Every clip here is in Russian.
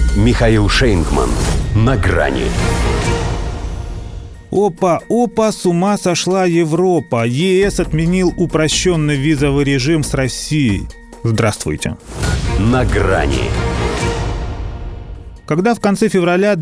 Михаил Шейнгман. На грани. Опа, с ума сошла Европа. ЕС отменил упрощенный визовый режим с Россией. Здравствуйте. На грани. Когда в конце февраля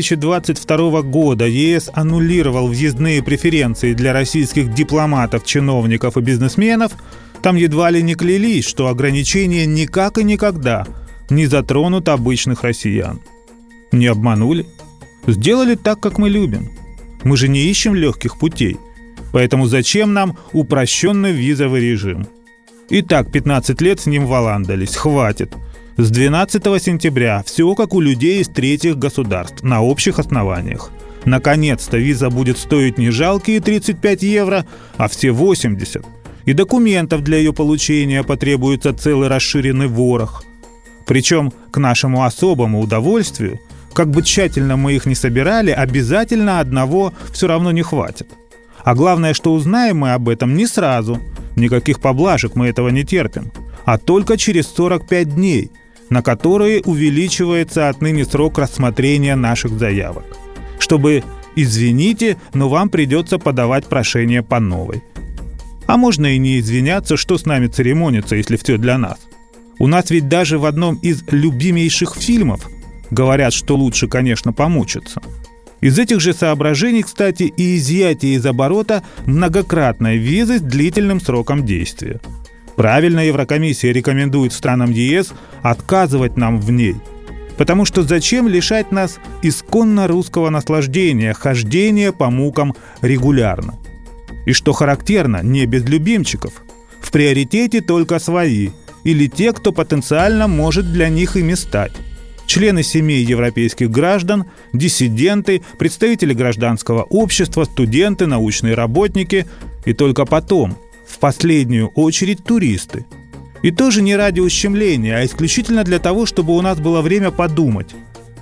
2022 года ЕС аннулировал въездные преференции для российских дипломатов, чиновников и бизнесменов, там едва ли не клялись, что ограничения никак и никогда не затронут обычных россиян. Не обманули. Сделали так, как мы любим. Мы же не ищем легких путей. Поэтому зачем нам упрощенный визовый режим? Итак, 15 лет с ним валандались. Хватит. С 12 сентября все как у людей из третьих государств, на общих основаниях. Наконец-то виза будет стоить не жалкие 35 евро, а все 80. И документов для ее получения потребуется целый расширенный ворох. Причем, к нашему особому удовольствию, как бы тщательно мы их ни собирали, обязательно одного все равно не хватит. А главное, что узнаем мы об этом не сразу. Никаких поблажек мы этого не терпим. А только через 45 дней, на которые увеличивается отныне срок рассмотрения наших заявок. Чтобы, извините, но вам придется подавать прошение по новой. А можно и не извиняться, что с нами церемониться, если все для нас. У нас ведь даже в одном из любимейших фильмов говорят, что лучше, конечно, помучиться. Из этих же соображений, кстати, и изъятие из оборота многократной визы с длительным сроком действия. Правильно Еврокомиссия рекомендует странам ЕС отказывать нам в ней. Потому что зачем лишать нас исконно русского наслаждения, хождения по мукам регулярно? И что характерно, не без любимчиков. В приоритете только свои, или те, кто потенциально может для них ими стать. Члены семей европейских граждан, диссиденты, представители гражданского общества, студенты, научные работники и только потом, в последнюю очередь, туристы. И тоже не ради ущемления, а исключительно для того, чтобы у нас было время подумать.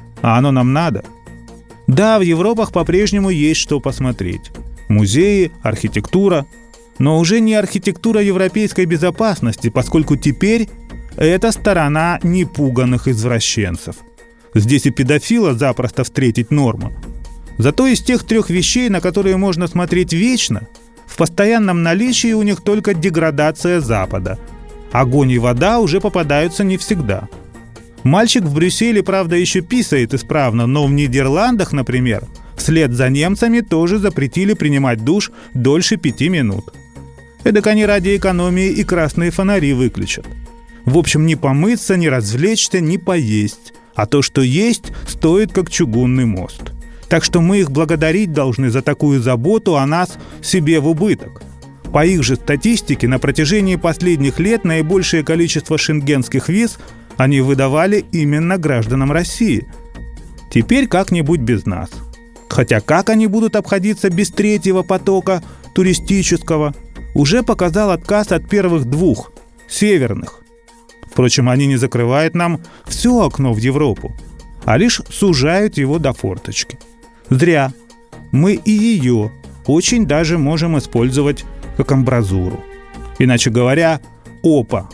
А оно нам надо? Да, в Европах по-прежнему есть что посмотреть. Музеи, архитектура. Но уже не архитектура европейской безопасности, поскольку теперь это сторона непуганных извращенцев. Здесь и педофила запросто встретить норма. Зато из тех 3 вещей, на которые можно смотреть вечно, в постоянном наличии у них только деградация Запада. Огонь и вода уже попадаются не всегда. Мальчик в Брюсселе, правда, еще писает исправно, но в Нидерландах, например, вслед за немцами тоже запретили принимать душ дольше 5 минут. Эдак они ради экономии и красные фонари выключат. В общем, не помыться, не развлечься, не поесть. А то, что есть, стоит как чугунный мост. Так что мы их благодарить должны за такую заботу о нас себе в убыток. По их же статистике, на протяжении последних лет наибольшее количество шенгенских виз они выдавали именно гражданам России. Теперь как-нибудь без нас. Хотя как они будут обходиться без третьего потока туристического, уже показал отказ от первых 2, северных. Впрочем, они не закрывают нам все окно в Европу, а лишь сужают его до форточки. Зря. Мы и ее очень даже можем использовать как амбразуру. Иначе говоря, опа,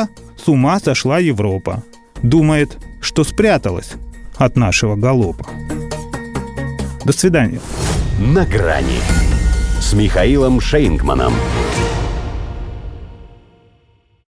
с ума сошла Европа. Думает, что спряталась от нашего галопа. До свидания. На грани с Михаилом Шейнгманом.